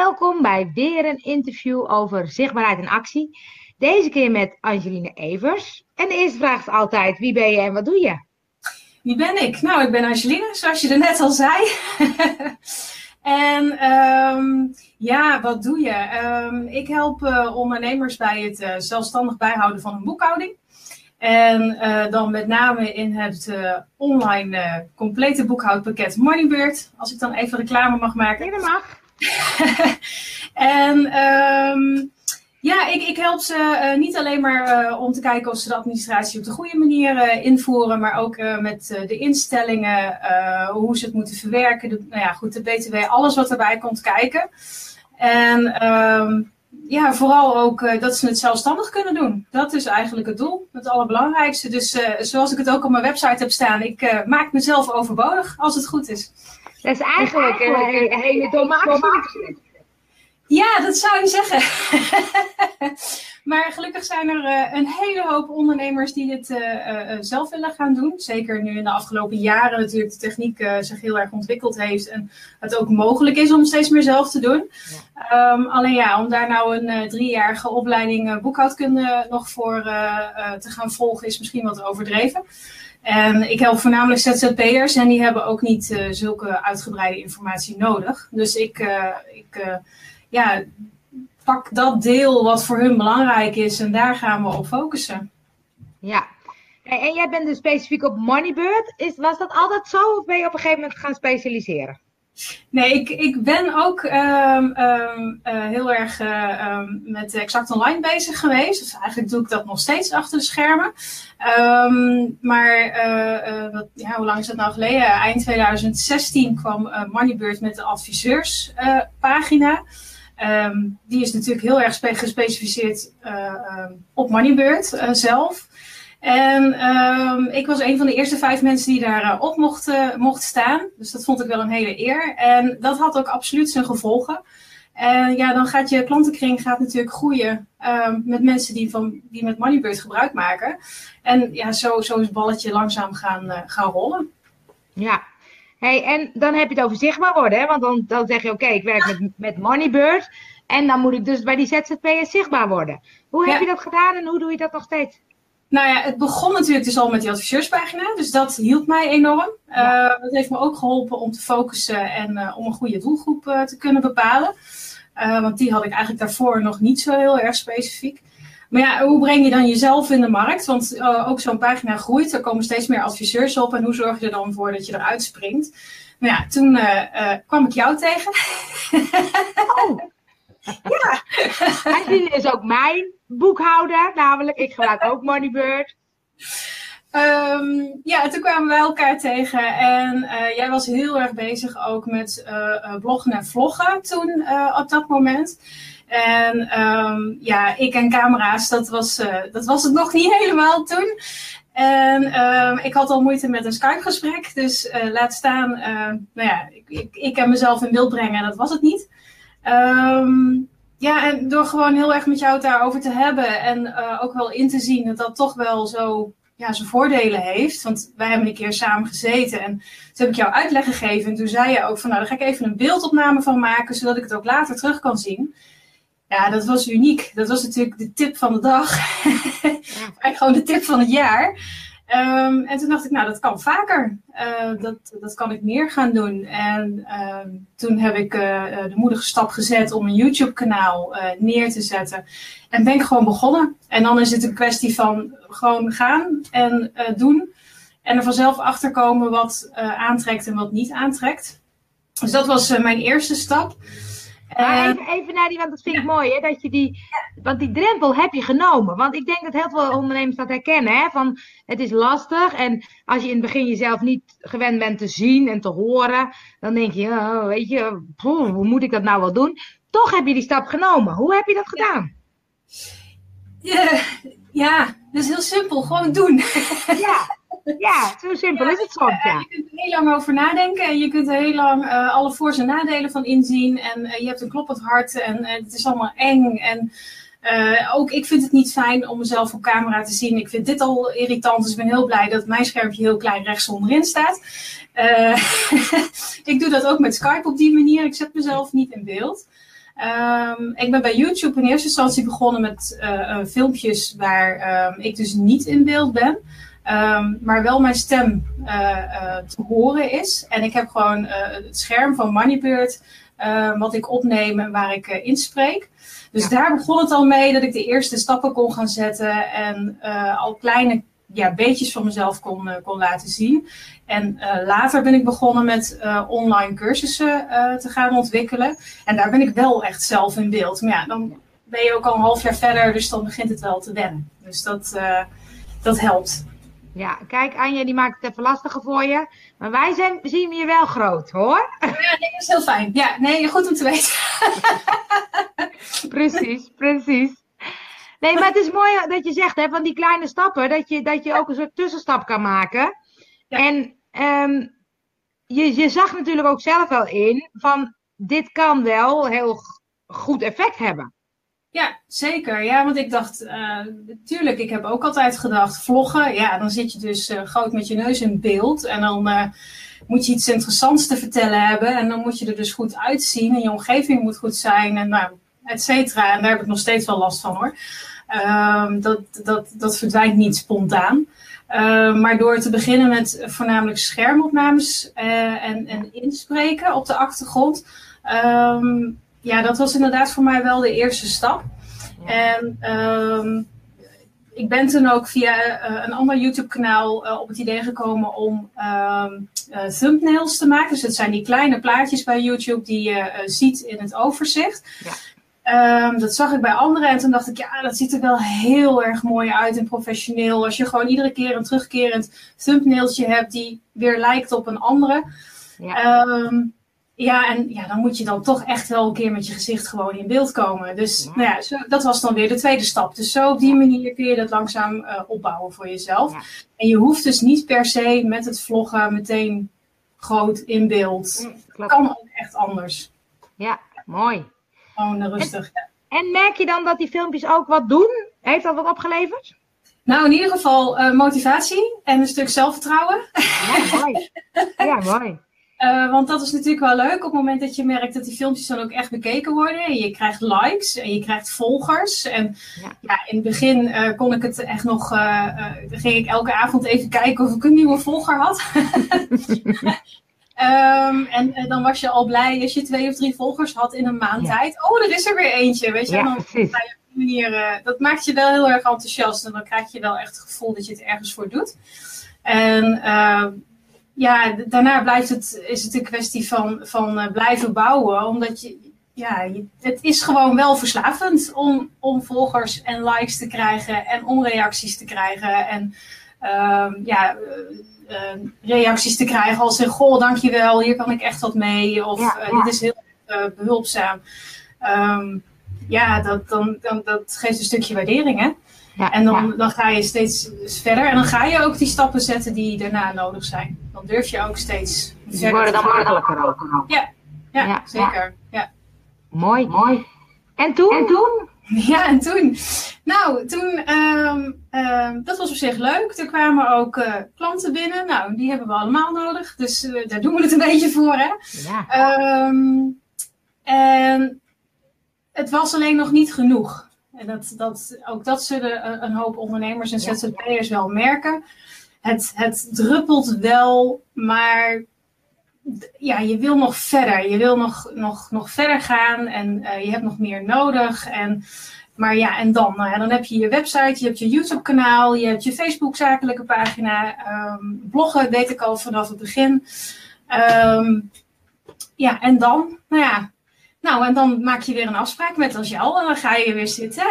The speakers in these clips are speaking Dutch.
Welkom bij weer een interview over zichtbaarheid en actie. Deze keer met Angeline Evers. En de eerste vraag is altijd, wie ben je en wat doe je? Wie ben ik? Nou, ik ben Angeline, zoals je er net al zei. Wat doe je? Ik help ondernemers bij het zelfstandig bijhouden van een boekhouding. En dan met name in het online complete boekhoudpakket Moneybird. Als ik dan even reclame mag maken. Ja, dat mag. Ik help ze niet alleen maar om te kijken of ze de administratie op de goede manier invoeren, maar ook met de instellingen, hoe ze het moeten verwerken, de BTW, alles wat erbij komt kijken. En vooral ook dat ze het zelfstandig kunnen doen. Dat is eigenlijk het doel, het allerbelangrijkste. Dus zoals ik het ook op mijn website heb staan, ik maak mezelf overbodig als het goed is. Dat is eigenlijk een hele domme actie. Ja, dat zou je zeggen. Maar gelukkig zijn er een hele hoop ondernemers die dit zelf willen gaan doen. Zeker nu in de afgelopen jaren natuurlijk de techniek zich heel erg ontwikkeld heeft. En het ook mogelijk is om steeds meer zelf te doen. Ja. Om daar nou een 3-jarige opleiding boekhoudkunde nog voor te gaan volgen is misschien wat overdreven. En ik help voornamelijk ZZP'ers en die hebben ook niet zulke uitgebreide informatie nodig. Dus ik pak dat deel wat voor hun belangrijk is en daar gaan we op focussen. Ja, en jij bent dus specifiek op Moneybird. Was dat altijd zo of ben je op een gegeven moment gaan specialiseren? Nee, ik ben ook heel erg met Exact Online bezig geweest. Dus eigenlijk doe ik dat nog steeds achter de schermen. Hoe lang is dat nou geleden? Eind 2016 kwam Moneybird met de adviseurspagina. Die is natuurlijk heel erg gespecificeerd op Moneybird zelf. En ik was een van de eerste 5 mensen die daar op mocht staan. Dus dat vond ik wel een hele eer. En dat had ook absoluut zijn gevolgen. En dan gaat je klantenkring natuurlijk groeien met mensen die met Moneybird gebruik maken. En zo is het balletje langzaam gaan rollen. Ja. Hey, en dan heb je het over zichtbaar worden, hè? Want dan zeg je, oké, ik werk met Moneybird. En dan moet ik dus bij die ZZP'ers zichtbaar worden. Hoe heb je dat gedaan en hoe doe je dat nog steeds? Nou ja, het begon natuurlijk dus al met die adviseurspagina. Dus dat hielp mij enorm. Dat heeft me ook geholpen om te focussen en om een goede doelgroep te kunnen bepalen. Want die had ik eigenlijk daarvoor nog niet zo heel erg specifiek. Maar ja, hoe breng je dan jezelf in de markt? Want ook zo'n pagina groeit. Er komen steeds meer adviseurs op. En hoe zorg je er dan voor dat je eruit springt? Nou ja, toen kwam ik jou tegen. Oh. Ja. Angeline is ook mijn boekhouder. Namelijk, ik gebruik ook Moneybird. Toen kwamen wij elkaar tegen. En jij was heel erg bezig ook met bloggen en vloggen toen op dat moment. En ik en camera's, dat was het nog niet helemaal toen. En ik had al moeite met een Skype-gesprek. Dus laat staan, ik en mezelf in beeld brengen, dat was het niet. En door gewoon heel erg met jou het daarover te hebben. En ook wel in te zien dat dat toch wel zo zijn voordelen heeft. Want wij hebben een keer samen gezeten. En toen heb ik jou uitleg gegeven. En toen zei je ook van, nou, daar ga ik even een beeldopname van maken. Zodat ik het ook later terug kan zien. Ja, dat was uniek. Dat was natuurlijk de tip van de dag. Eigenlijk gewoon de tip van het jaar. En toen dacht ik, nou, dat kan vaker. Dat kan ik meer gaan doen. En toen heb ik de moedige stap gezet om een YouTube-kanaal neer te zetten. En ben ik gewoon begonnen. En dan is het een kwestie van gewoon gaan en doen. En er vanzelf achterkomen wat aantrekt en wat niet aantrekt. Dus dat was mijn eerste stap. Even naar die, want dat vind ik mooi, hè, dat je want die drempel heb je genomen. Want ik denk dat heel veel ondernemers dat herkennen, hè, van het is lastig. En als je in het begin jezelf niet gewend bent te zien en te horen, dan denk je, weet je, hoe moet ik dat nou wel doen? Toch heb je die stap genomen. Hoe heb je dat gedaan? Ja, dat is heel simpel. Gewoon doen. Ja, zo simpel is het soms. Ja. Je kunt er heel lang over nadenken en je kunt er heel lang alle voor's en nadelen van inzien. En je hebt een kloppend hart en het is allemaal eng. En ook ik vind het niet fijn om mezelf op camera te zien. Ik vind dit al irritant, dus ik ben heel blij dat mijn schermpje heel klein rechts onderin staat. Ik doe dat ook met Skype op die manier. Ik zet mezelf niet in beeld. Ik ben bij YouTube in eerste instantie begonnen met filmpjes waar ik dus niet in beeld ben. Maar wel mijn stem te horen is. En ik heb gewoon het scherm van Moneybird wat ik opneem en waar ik inspreek. Dus daar begon het al mee dat ik de eerste stappen kon gaan zetten. En al kleine beetjes van mezelf kon laten zien. En later ben ik begonnen met online cursussen te gaan ontwikkelen. En daar ben ik wel echt zelf in beeld. Maar ja, dan ben je ook al een half jaar verder. Dus dan begint het wel te wennen. Dus dat helpt. Ja, kijk, Anja, die maakt het even lastiger voor je. Maar wij zien je wel groot, hoor. Ja, nee, dat is heel fijn. Ja, nee, goed om te weten. Precies. Nee, maar het is mooi dat je zegt, hè, van die kleine stappen, dat je ook een soort tussenstap kan maken. Ja. En je zag natuurlijk ook zelf wel in, van dit kan wel heel goed effect hebben. Ja, zeker. Ja, want ik dacht, natuurlijk, ik heb ook altijd gedacht, vloggen, ja, dan zit je dus groot met je neus in beeld. En dan moet je iets interessants te vertellen hebben. En dan moet je er dus goed uitzien. En je omgeving moet goed zijn. En nou, et cetera. En daar heb ik nog steeds wel last van, hoor. Dat verdwijnt niet spontaan. Maar door te beginnen met voornamelijk schermopnames en inspreken op de achtergrond. Ja, dat was inderdaad voor mij wel de eerste stap. Ja. En ik ben toen ook via een ander YouTube-kanaal op het idee gekomen om thumbnails te maken. Dus het zijn die kleine plaatjes bij YouTube die je ziet in het overzicht. Ja. Dat zag ik bij anderen en toen dacht ik, ja, dat ziet er wel heel erg mooi uit en professioneel. Als je gewoon iedere keer een terugkerend thumbnailtje hebt die weer lijkt op een andere. Ja. Dan moet je dan toch echt wel een keer met je gezicht gewoon in beeld komen. Dus Nou ja, dat was dan weer de tweede stap. Dus zo op die manier kun je dat langzaam opbouwen voor jezelf. Ja. En je hoeft dus niet per se met het vloggen meteen groot in beeld. Kan ook echt anders. Ja, mooi. Gewoon rustig. En merk je dan dat die filmpjes ook wat doen? Heeft dat wat opgeleverd? Nou, in ieder geval motivatie en een stuk zelfvertrouwen. Ja, mooi. Ja, mooi. Want dat is natuurlijk wel leuk op het moment dat je merkt dat die filmpjes dan ook echt bekeken worden. En je krijgt likes en je krijgt volgers. En ja, in het begin kon ik het echt nog... dan ging ik elke avond even kijken of ik een nieuwe volger had. En dan was je al blij als je 2 of 3 volgers had in een maand tijd. Oh, er is er weer eentje, weet je. Ja, dan op die manier, dat maakt je wel heel erg enthousiast. En dan krijg je wel echt het gevoel dat je het ergens voor doet. En... daarna is het een kwestie van blijven bouwen. Omdat het is gewoon wel verslavend om volgers en likes te krijgen. En om reacties te krijgen. En reacties te krijgen als goh, dankjewel, hier kan ik echt wat mee. Of dit is heel behulpzaam. Dat geeft een stukje waardering, hè. Ja, en dan ga je steeds verder. En dan ga je ook die stappen zetten die daarna nodig zijn. Dan durf je ook steeds verder. Die worden dan makkelijker ook. Ja, zeker. Ja. Mooi. En toen? Ja, en toen? Nou, dat was op zich leuk. Er kwamen ook klanten binnen. Nou, die hebben we allemaal nodig. Dus daar doen we het een beetje voor, hè. Ja. En het was alleen nog niet genoeg. En dat zullen een hoop ondernemers en ZZP'ers wel merken. Het druppelt wel, maar ja, je wil nog verder. Je wil nog verder gaan en je hebt nog meer nodig. En dan? Nou ja, dan heb je je website, je hebt je YouTube-kanaal, je hebt je Facebook-zakelijke pagina. Bloggen weet ik al vanaf het begin. En dan? Nou, en dan maak je weer een afspraak met Angel en dan ga je weer zitten.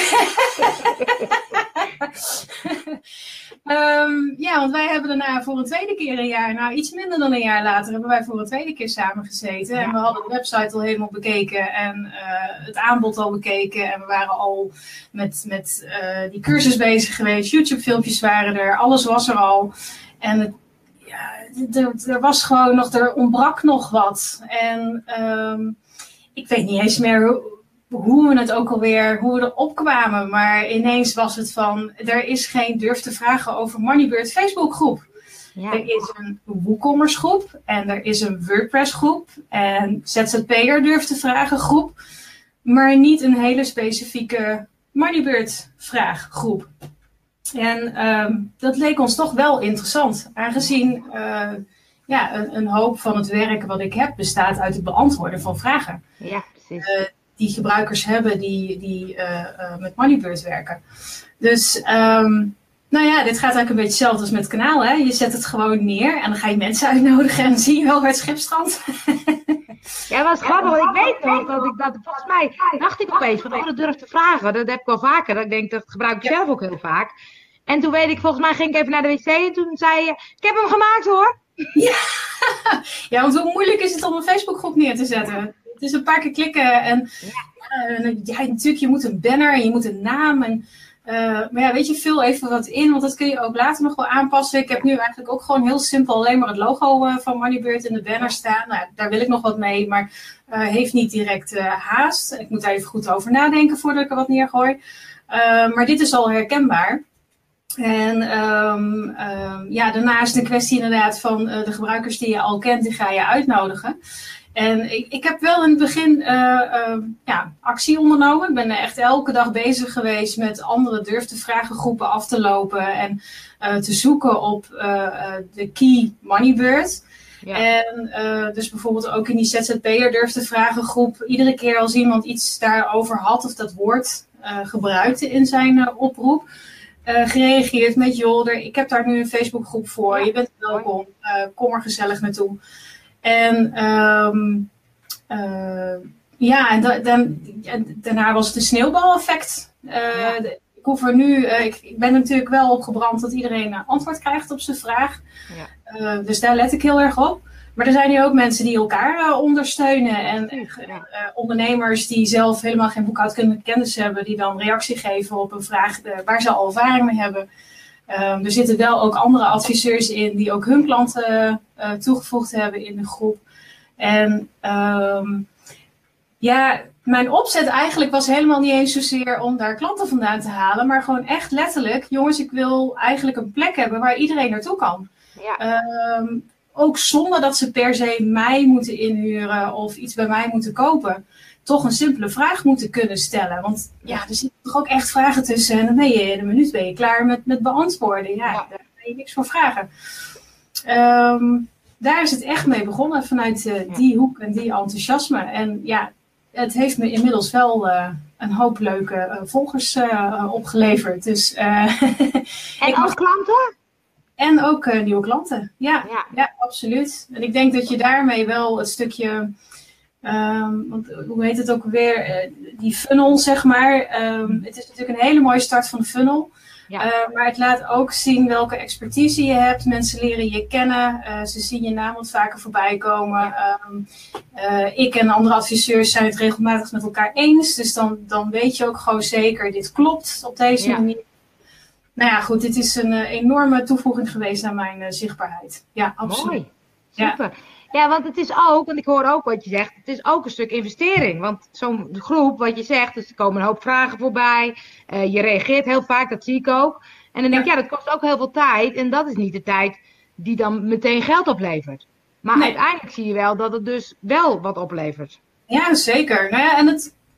Want wij hebben daarna voor een tweede keer een jaar, iets minder dan een jaar later, hebben wij voor een tweede keer samen gezeten. Ja. En we hadden de website al helemaal bekeken en het aanbod al bekeken. En we waren al met die cursus bezig geweest. YouTube-filmpjes waren er, alles was er al. En er was gewoon nog, er ontbrak nog wat. En... ik weet niet eens meer hoe we het ook alweer, hoe we erop kwamen. Maar ineens was het van, er is geen durf te vragen over Moneybird Facebookgroep. Ja. Er is een WooCommerce groep en er is een WordPress groep. En ZZP'er durf te vragen groep. maar niet een hele specifieke Moneybird vraaggroep. En dat leek ons toch wel interessant, aangezien een hoop van het werk wat ik heb bestaat uit het beantwoorden van vragen. Ja, precies. Die gebruikers hebben die met Moneybird werken. Dus dit gaat eigenlijk een beetje hetzelfde als met het kanaal. Hè? Je zet het gewoon neer en dan ga je mensen uitnodigen en dan zie je wel waar het schip strandt. Ja, dat was grappig, want ik weet nog dat volgens mij dacht ik opeens van, dat durf te vragen. Dat heb ik wel vaker, dat ik denk, dat gebruik ik zelf ook heel vaak. En toen weet ik, volgens mij ging ik even naar de wc en toen zei je, ik heb hem gemaakt hoor. Ja, want hoe moeilijk is het om een Facebookgroep neer te zetten? Het is een paar keer klikken en natuurlijk, je moet een banner en je moet een naam. Maar ja, weet je, vul even wat in, want dat kun je ook later nog wel aanpassen. Ik heb nu eigenlijk ook gewoon heel simpel alleen maar het logo van Moneybird in de banner staan. Nou, daar wil ik nog wat mee, maar heeft niet direct haast. Ik moet daar even goed over nadenken voordat ik er wat neergooi. Maar dit is al herkenbaar. En daarna is het een kwestie inderdaad van de gebruikers die je al kent, die ga je uitnodigen. En ik heb wel in het begin actie ondernomen. Ik ben echt elke dag bezig geweest met andere durf te vragen groepen af te lopen. En te zoeken op de key Moneybird. Ja. En dus bijvoorbeeld ook in die ZZP'er durf te vragen groep. Iedere keer als iemand iets daarover had of dat woord gebruikte in zijn oproep. Gereageerd met ik heb daar nu een Facebookgroep voor. Je bent welkom. Kom er gezellig naartoe. En daarna was het een sneeuwbaleffect. Ik hoef er nu, ik ben natuurlijk wel opgebrand dat iedereen antwoord krijgt op zijn vraag. Ja. Dus daar let ik heel erg op. Maar er zijn nu ook mensen die elkaar ondersteunen. En ondernemers die zelf helemaal geen boekhoudkundige kennis hebben. Die dan reactie geven op een vraag waar ze al ervaring mee hebben. Er zitten wel ook andere adviseurs in die ook hun klanten toegevoegd hebben in de groep. En mijn opzet eigenlijk was helemaal niet eens zozeer om daar klanten vandaan te halen. Maar gewoon echt letterlijk, jongens, ik wil eigenlijk een plek hebben waar iedereen naartoe kan. Ja. Ook zonder dat ze per se mij moeten inhuren of iets bij mij moeten kopen. Toch een simpele vraag moeten kunnen stellen. Want er zitten toch ook echt vragen tussen. En dan ben je in een minuut klaar met beantwoorden. Daar ben je niks voor vragen. Daar is het echt mee begonnen. Vanuit die hoek en die enthousiasme. En het heeft me inmiddels wel een hoop leuke volgers opgeleverd. Dus, en ook klanten? En ook nieuwe klanten. Ja, absoluut. En ik denk dat je daarmee wel het stukje... want hoe heet het ook weer? Die funnel, zeg maar. Het is natuurlijk een hele mooie start van de funnel. Ja. Maar het laat ook zien welke expertise je hebt. Mensen leren je kennen. Ze zien je naam wat vaker voorbij komen. Ik en andere adviseurs zijn het regelmatig met elkaar eens. Dus dan weet je ook gewoon zeker, dit klopt op deze manier. Nou ja, goed. Dit is een enorme toevoeging geweest aan mijn zichtbaarheid. Ja, absoluut. Mooi. Super. Ja, want het is ook, want ik hoor ook wat je zegt, het is ook een stuk investering. Want zo'n groep, wat je zegt, dus er komen een hoop vragen voorbij. Je reageert heel vaak, dat zie ik ook. En dan denk ik, dat kost ook heel veel tijd. En dat is niet de tijd die dan meteen geld oplevert. Maar uiteindelijk zie je wel dat het dus wel wat oplevert. Ja, zeker. Nou ja, en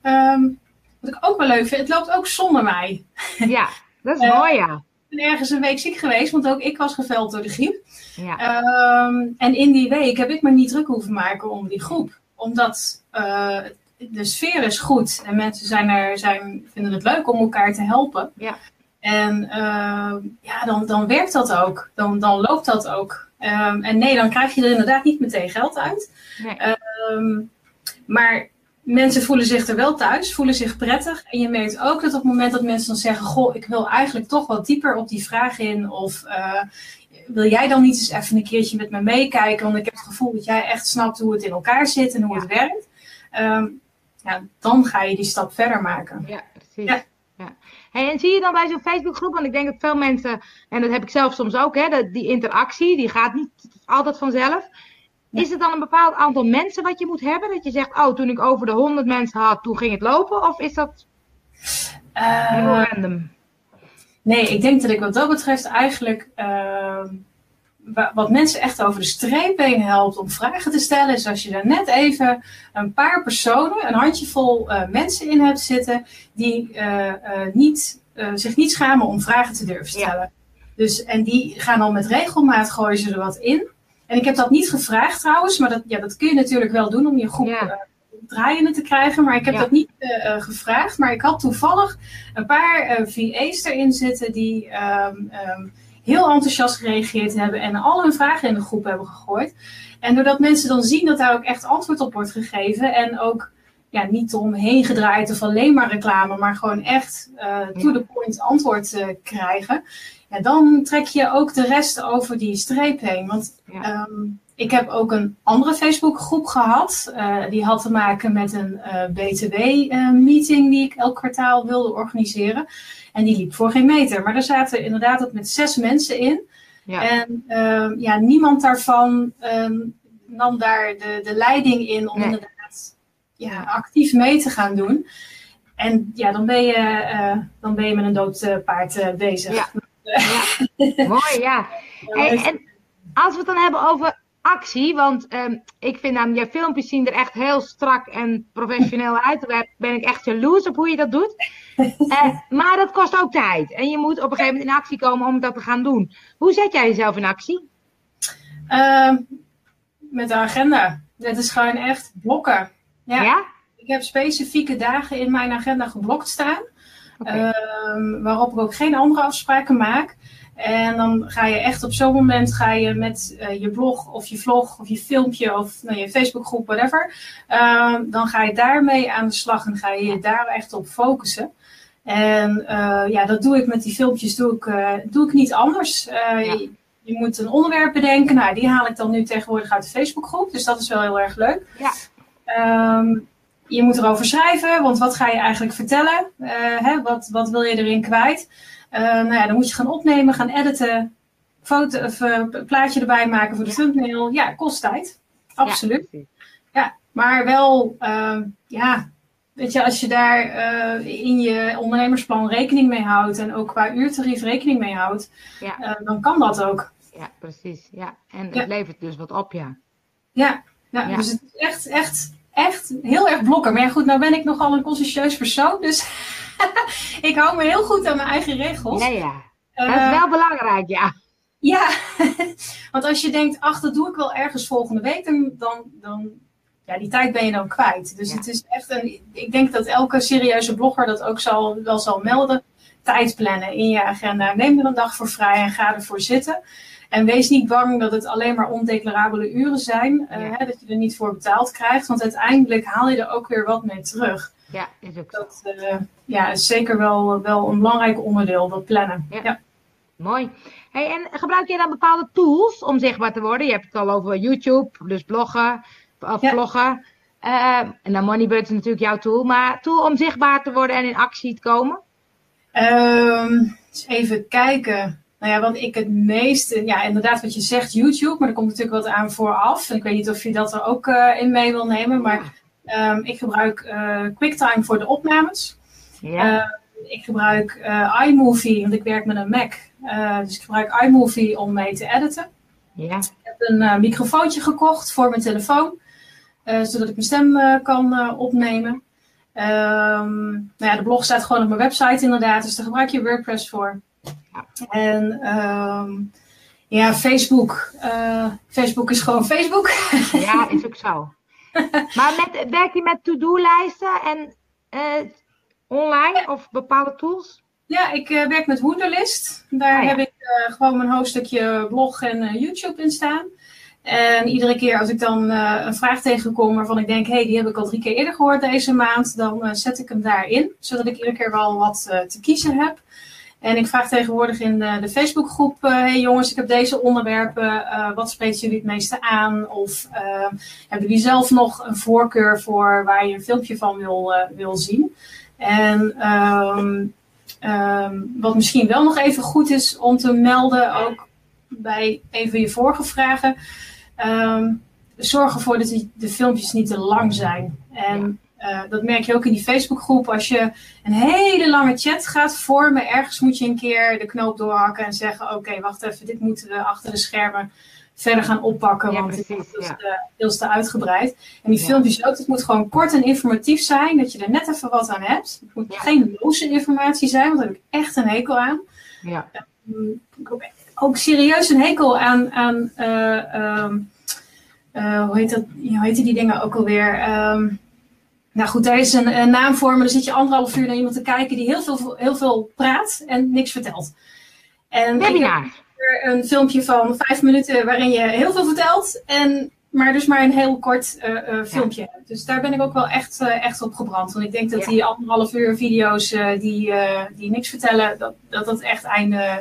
wat ik ook wel leuk vind, het loopt ook zonder mij. Ja, dat is mooi, ja. Ik ben ergens een week ziek geweest, want ook ik was geveld door de griep. Ja. En in die week heb ik me niet druk hoeven maken om die groep. Omdat de sfeer is goed en mensen vinden het leuk om elkaar te helpen. Ja. En dan werkt dat ook. Dan loopt dat ook. En dan krijg je er inderdaad niet meteen geld uit. Nee. Maar mensen voelen zich er wel thuis, voelen zich prettig. En je merkt ook dat op het moment dat mensen dan zeggen... Goh, ik wil eigenlijk toch wat dieper op die vraag in. Of wil jij dan niet eens even een keertje met me meekijken? Want ik heb het gevoel dat jij echt snapt hoe het in elkaar zit en hoe het werkt. Dan ga je die stap verder maken. Ja, precies. Ja. Hey, en zie je dan bij zo'n Facebookgroep, want ik denk dat veel mensen... En dat heb ik zelf soms ook, die interactie, die gaat niet altijd vanzelf... Is het dan een bepaald aantal mensen wat je moet hebben? Dat je zegt, toen ik over de 100 mensen had, toen ging het lopen? Of is dat heel random? Nee, ik denk dat ik wat dat betreft eigenlijk wat mensen echt over de streep heen helpt om vragen te stellen, is als je daar net even een paar personen, een handjevol mensen in hebt zitten, die zich niet schamen om vragen te durven stellen. Ja. Dus, en die gaan dan met regelmaat, gooien ze er wat in. En ik heb dat niet gevraagd trouwens, maar dat kun je natuurlijk wel doen om je groep draaiende te krijgen. Maar ik heb dat niet gevraagd. Maar ik had toevallig een paar VA's erin zitten die heel enthousiast gereageerd hebben en al hun vragen in de groep hebben gegooid. En doordat mensen dan zien dat daar ook echt antwoord op wordt gegeven en ook niet omheen gedraaid of alleen maar reclame, maar gewoon echt to the point antwoord krijgen. Ja, dan trek je ook de rest over die streep heen. Want ik heb ook een andere Facebookgroep gehad. Die had te maken met een BTW-meeting die ik elk kwartaal wilde organiseren. En die liep voor geen meter. Maar daar zaten inderdaad ook met 6 mensen in. Ja. En niemand daarvan nam daar de leiding in om inderdaad actief mee te gaan doen. En dan ben je met een dood paard bezig. Ja. Mooi, ja. Hey, en als we het dan hebben over actie, want ik vind aan je filmpjes zien er echt heel strak en professioneel uit. Daar ben ik echt jaloers op hoe je dat doet. Maar dat kost ook tijd. En je moet op een gegeven moment in actie komen om dat te gaan doen. Hoe zet jij jezelf in actie? Met de agenda. Dat is gewoon echt blokken. Ja? Ik heb specifieke dagen in mijn agenda geblokt staan. Okay. Waarop ik ook geen andere afspraken maak. En dan ga je echt op zo'n moment met je blog of je vlog of je filmpje of je Facebookgroep, whatever. Dan ga je daarmee aan de slag en ga je je daar echt op focussen. En dat doe ik met die filmpjes, doe ik niet anders. Je moet een onderwerp bedenken. Nou, die haal ik dan nu tegenwoordig uit de Facebookgroep. Dus dat is wel heel erg leuk. Ja. Je moet erover schrijven, want wat ga je eigenlijk vertellen? Wat wil je erin kwijt? Dan moet je gaan opnemen, gaan editen, foto of plaatje erbij maken voor de thumbnail. Ja, kost tijd. Absoluut. Ja, maar wel, weet je, als je daar in je ondernemersplan rekening mee houdt en ook qua uurtarief rekening mee houdt, dan kan dat ook. Ja, precies. Ja. En het levert dus wat op, Ja, dus het is echt heel erg blokken. Maar ja, goed, nou ben ik nogal een conscientieus persoon, dus ik hou me heel goed aan mijn eigen regels. Ja. Dat is wel belangrijk, Ja, want als je denkt, dat doe ik wel ergens volgende week, dan die tijd ben je dan kwijt. Dus het is echt ik denk dat elke serieuze blogger dat ook wel zal melden. Tijd plannen in je agenda. Neem er een dag voor vrij en ga ervoor zitten. En wees niet bang dat het alleen maar ondeclarabele uren zijn. Dat je er niet voor betaald krijgt. Want uiteindelijk haal je er ook weer wat mee terug. Ja, is ook dat is zeker wel een belangrijk onderdeel, dat plannen. Ja. Mooi. Hey, en gebruik jij dan bepaalde tools om zichtbaar te worden? Je hebt het al over YouTube, dus bloggen of vloggen. En dan Moneybird is natuurlijk jouw tool. Maar tool om zichtbaar te worden en in actie te komen? Eens even kijken. Nou ja, want ik het meeste, inderdaad wat je zegt, YouTube, maar er komt natuurlijk wat aan vooraf. En ik weet niet of je dat er ook in mee wil nemen, maar ik gebruik QuickTime voor de opnames. Ja. Ik gebruik iMovie, want ik werk met een Mac. Dus ik gebruik iMovie om mee te editen. Ja. Ik heb een microfoontje gekocht voor mijn telefoon, zodat ik mijn stem kan opnemen. De blog staat gewoon op mijn website inderdaad, dus daar gebruik je WordPress voor. En Facebook. Facebook is gewoon Facebook. Ja, is ook zo. Maar werk je met to-do-lijsten en online of bepaalde tools? Ja, ik werk met Wunderlist. Daar heb ik gewoon mijn hoofdstukje blog en YouTube in staan. En iedere keer als ik dan een vraag tegenkom waarvan ik denk, die heb ik al 3 keer eerder gehoord deze maand, dan zet ik hem daarin, zodat ik iedere keer wel wat te kiezen heb. En ik vraag tegenwoordig in de Facebookgroep, hey jongens, ik heb deze onderwerpen, wat spreekt jullie het meeste aan? Of hebben jullie zelf nog een voorkeur voor waar je een filmpje van wil zien? En wat misschien wel nog even goed is om te melden, ook bij een van je vorige vragen, zorg ervoor dat de filmpjes niet te lang zijn. En dat merk je ook in die Facebookgroep. Als je een hele lange chat gaat vormen, ergens moet je een keer de knoop doorhakken en zeggen, oké, wacht even, dit moeten we achter de schermen verder gaan oppakken, want precies, het is veel te uitgebreid. En die filmpjes ook, het moet gewoon kort en informatief zijn, dat je er net even wat aan hebt. Het moet geen loze informatie zijn, want daar heb ik echt een hekel aan. Ja. Ik heb ook serieus een hekel aan hoe heet die dingen ook alweer? Nou goed, daar is een naam voor, maar dan zit je 1,5 uur naar iemand te kijken die heel veel praat en niks vertelt. En webinar. Ik heb een filmpje van 5 minuten waarin je heel veel vertelt, maar dus maar een heel kort filmpje hebt. Dus daar ben ik ook wel echt op gebrand. Want ik denk dat die 1,5 uur video's die niks vertellen, dat echt einde,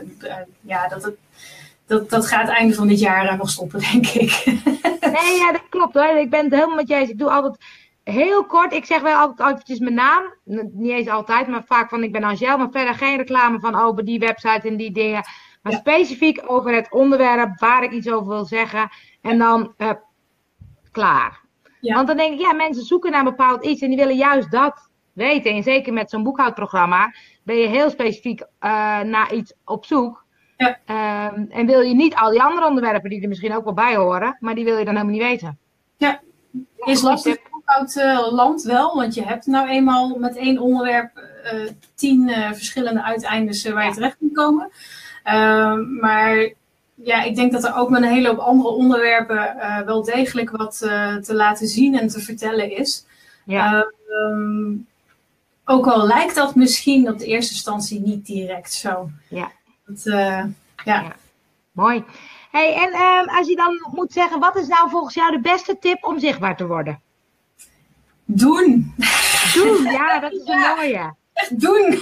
dat gaat einde van dit jaar nog stoppen, denk ik. Nee, ja, dat klopt hoor. Ik ben het helemaal met je eens. Ik doe altijd heel kort. Ik zeg wel altijd eventjes mijn naam. Niet eens altijd, maar vaak van ik ben Angel. Maar verder geen reclame van over die website en die dingen. Maar specifiek over het onderwerp waar ik iets over wil zeggen. En dan klaar. Ja. Want dan denk ik, mensen zoeken naar een bepaald iets. En die willen juist dat weten. En zeker met zo'n boekhoudprogramma ben je heel specifiek naar iets op zoek. Ja. En wil je niet al die andere onderwerpen die er misschien ook wel bij horen, maar die wil je dan helemaal niet weten. Ja, is lastig land wel, want je hebt nou eenmaal met één onderwerp 10 verschillende uiteindes waar je terecht kunt komen. Maar ja, ik denk dat er ook met een hele hoop andere onderwerpen wel degelijk wat te laten zien en te vertellen is. Ja. Ook al lijkt dat misschien op de eerste instantie niet direct zo. Ja. Ja. Mooi. Hey, en als je dan moet zeggen, wat is nou volgens jou de beste tip om zichtbaar te worden? Doen, ja, dat is een mooie. Echt doen.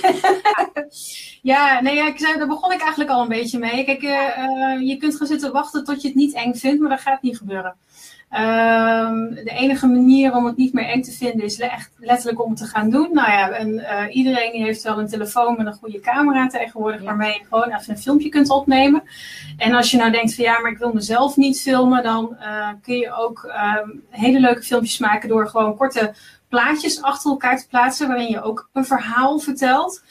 Daar begon ik eigenlijk al een beetje mee. Kijk, je kunt gaan zitten wachten tot je het niet eng vindt, maar dat gaat niet gebeuren. De enige manier om het niet meer eng te vinden is echt letterlijk om het te gaan doen. Nou ja, en iedereen die heeft wel een telefoon met een goede camera tegenwoordig, waarmee je gewoon even een filmpje kunt opnemen. En als je nou denkt van maar ik wil mezelf niet filmen, dan kun je ook hele leuke filmpjes maken door gewoon korte plaatjes achter elkaar te plaatsen, waarin je ook een verhaal vertelt.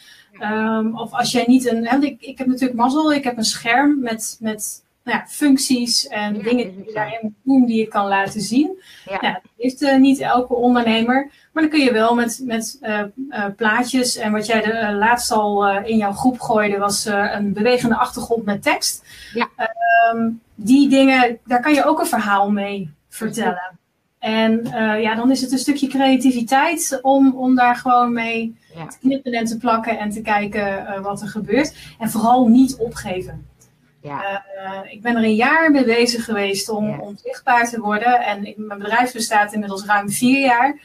Of als jij niet ik heb natuurlijk mazzel, ik heb een scherm met functies en dingen die je daarin moet doen die je kan laten zien. Ja. Dat heeft niet elke ondernemer. Maar dan kun je wel met plaatjes. En wat jij laatst al in jouw groep gooide was een bewegende achtergrond met tekst. Ja. Die dingen, daar kan je ook een verhaal mee vertellen. En dan is het een stukje creativiteit om daar gewoon mee te knippen en te plakken en te kijken wat er gebeurt. En vooral niet opgeven. Ja. Ik ben er een jaar mee bezig geweest om zichtbaar te worden. En mijn bedrijf bestaat inmiddels ruim 4 jaar.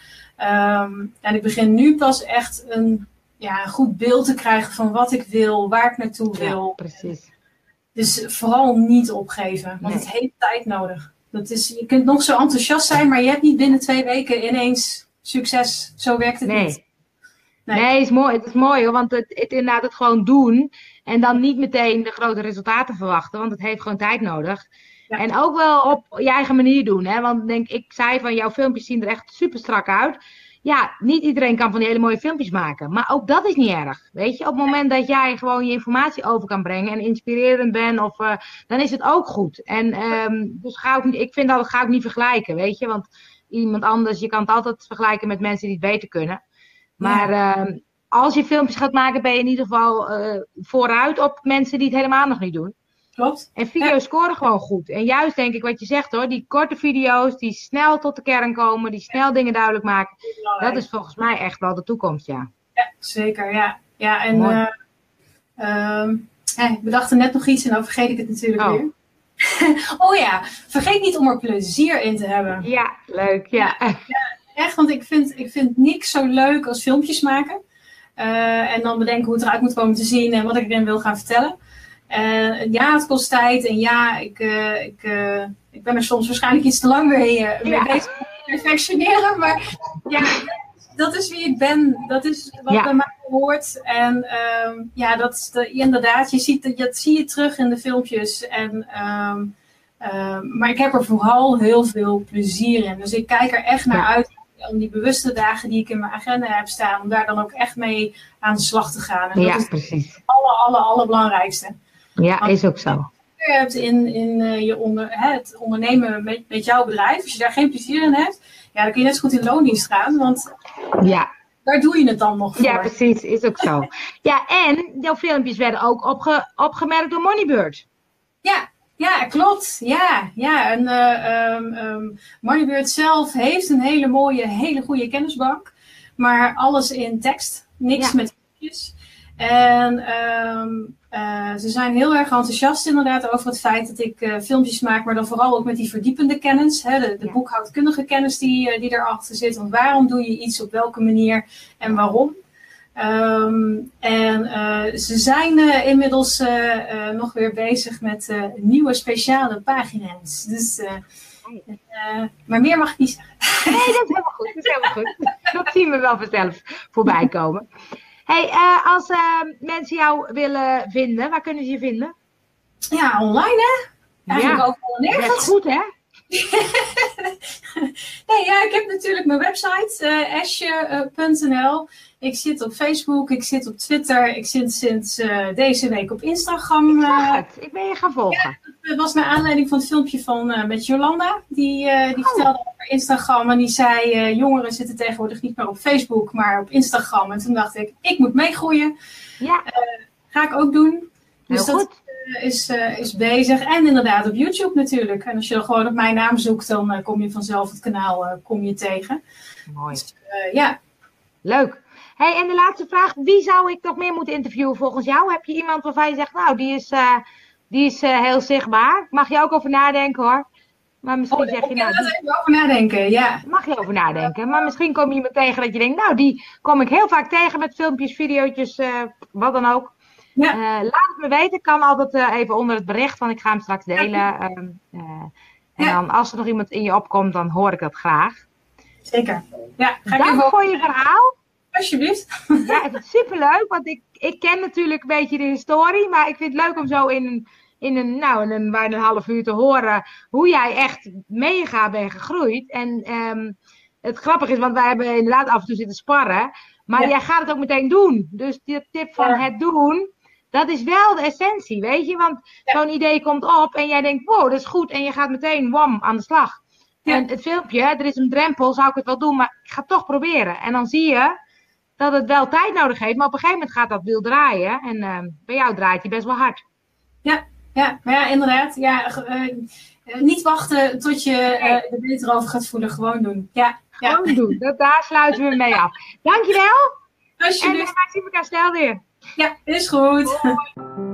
En ik begin nu pas echt een goed beeld te krijgen van wat ik wil, waar ik naartoe wil. Ja, precies. Dus vooral niet opgeven, want het heeft tijd nodig. Je kunt nog zo enthousiast zijn, maar je hebt niet binnen 2 weken ineens succes. Zo werkt het niet. Nee, het is mooi hoor, want inderdaad het gewoon doen en dan niet meteen de grote resultaten verwachten, want het heeft gewoon tijd nodig. Ja. En ook wel op je eigen manier doen, hè? Want ik zei van jouw filmpjes zien er echt super strak uit. Ja, niet iedereen kan van die hele mooie filmpjes maken, maar ook dat is niet erg. Weet je, op het moment dat jij gewoon je informatie over kan brengen en inspirerend bent, dan is het ook goed. En dus ik vind dat ga ik niet vergelijken, weet je, want iemand anders, je kan het altijd vergelijken met mensen die het beter kunnen. Maar als je filmpjes gaat maken, ben je in ieder geval vooruit op mensen die het helemaal nog niet doen. Klopt. En video's scoren gewoon goed. En juist denk ik wat je zegt hoor, die korte video's die snel tot de kern komen, die snel dingen duidelijk maken. Dat is volgens mij echt wel de toekomst, ja. Ja, zeker, ja. Ja, en ik bedacht er net nog iets en dan vergeet ik het natuurlijk weer. Oh ja, vergeet niet om er plezier in te hebben. Ja, leuk, ja. Echt, want ik vind niks zo leuk als filmpjes maken. En dan bedenken hoe het eruit moet komen te zien en wat ik erin wil gaan vertellen. Het kost tijd. En ik ben er soms waarschijnlijk iets te lang mee bezig te perfectioneren. Maar dat is wie ik ben. Dat is wat bij mij hoort. En inderdaad, dat zie je terug in de filmpjes. Maar ik heb er vooral heel veel plezier in. Dus ik kijk er echt naar uit om die bewuste dagen die ik in mijn agenda heb staan, om daar dan ook echt mee aan de slag te gaan. En dat is precies. Het allerbelangrijkste. Ja, is ook zo. Je hebt het ondernemen met jouw bedrijf, als je daar geen plezier in hebt, ja, dan kun je net zo goed in loondienst gaan, want daar doe je het dan nog voor. Ja, precies, is ook zo. Ja, en jouw filmpjes werden ook opgemerkt door Moneybird. Ja, klopt. Ja. En Moneybird zelf heeft een hele goede kennisbank, maar alles in tekst, niks met filmpjes. En ze zijn heel erg enthousiast inderdaad over het feit dat ik filmpjes maak, maar dan vooral ook met die verdiepende kennis. Hè, de boekhoudkundige kennis die erachter zit. Want waarom doe je iets op welke manier en waarom? Ze zijn inmiddels nog weer bezig met nieuwe speciale pagina's. Dus, maar meer mag ik niet zeggen. Nee, dat is helemaal goed. Dat zien we wel vanzelf voorbij komen. Hey, als mensen jou willen vinden, waar kunnen ze je vinden? Ja, online hè? Eigenlijk overal nergens. Dat is goed hè? Nee, ik heb natuurlijk mijn website, esje.nl. Ik zit op Facebook, ik zit op Twitter, ik zit sinds deze week op Instagram. Ik ben je gaan volgen. Ja, dat was naar aanleiding van het filmpje met Jolanda. Die vertelde over Instagram en die zei, jongeren zitten tegenwoordig niet meer op Facebook, maar op Instagram. En toen dacht ik moet meegroeien. Ja. Ga ik ook doen. Dus heel goed. Is bezig. En inderdaad op YouTube natuurlijk. En als je gewoon op mijn naam zoekt, dan kom je vanzelf het kanaal tegen. Mooi. Dus, Leuk. Hey, en de laatste vraag. Wie zou ik nog meer moeten interviewen volgens jou? Heb je iemand waarvan je zegt, nou, die is heel zichtbaar. Mag je ook over nadenken hoor. Maar misschien zeg je nou... Ik even over nadenken, ja. Mag je over nadenken. Maar misschien kom je iemand tegen dat je denkt, nou, die kom ik heel vaak tegen met filmpjes, video's, wat dan ook. Ja. Laat het me weten. Kan altijd even onder het bericht, want ik ga hem straks delen. En dan als er nog iemand in je opkomt, dan hoor ik dat graag. Zeker. Ja, dank voor je verhaal. Alsjeblieft. Ja, ik vind het superleuk, want ik ken natuurlijk een beetje de historie, maar ik vind het leuk om zo in een bijna een half uur te horen hoe jij echt mega bent gegroeid. En het grappige is, want wij hebben inderdaad af en toe zitten sparren, maar jij gaat het ook meteen doen. Dus die tip van het doen, dat is wel de essentie, weet je? Want zo'n idee komt op en jij denkt, wow, dat is goed. En je gaat meteen, wam, aan de slag. Ja. En het filmpje, er is een drempel, zou ik het wel doen, maar ik ga het toch proberen. En dan zie je dat het wel tijd nodig heeft, maar op een gegeven moment gaat dat wiel draaien. En bij jou draait hij best wel hard. Ja, maar ja, inderdaad. Ja, niet wachten tot je er beter over gaat voelen. Gewoon doen. Gewoon doen. Daar sluiten we mee af. Dankjewel. Alsjeblieft. En dan zien we elkaar snel weer. Ja, is goed. Hoi.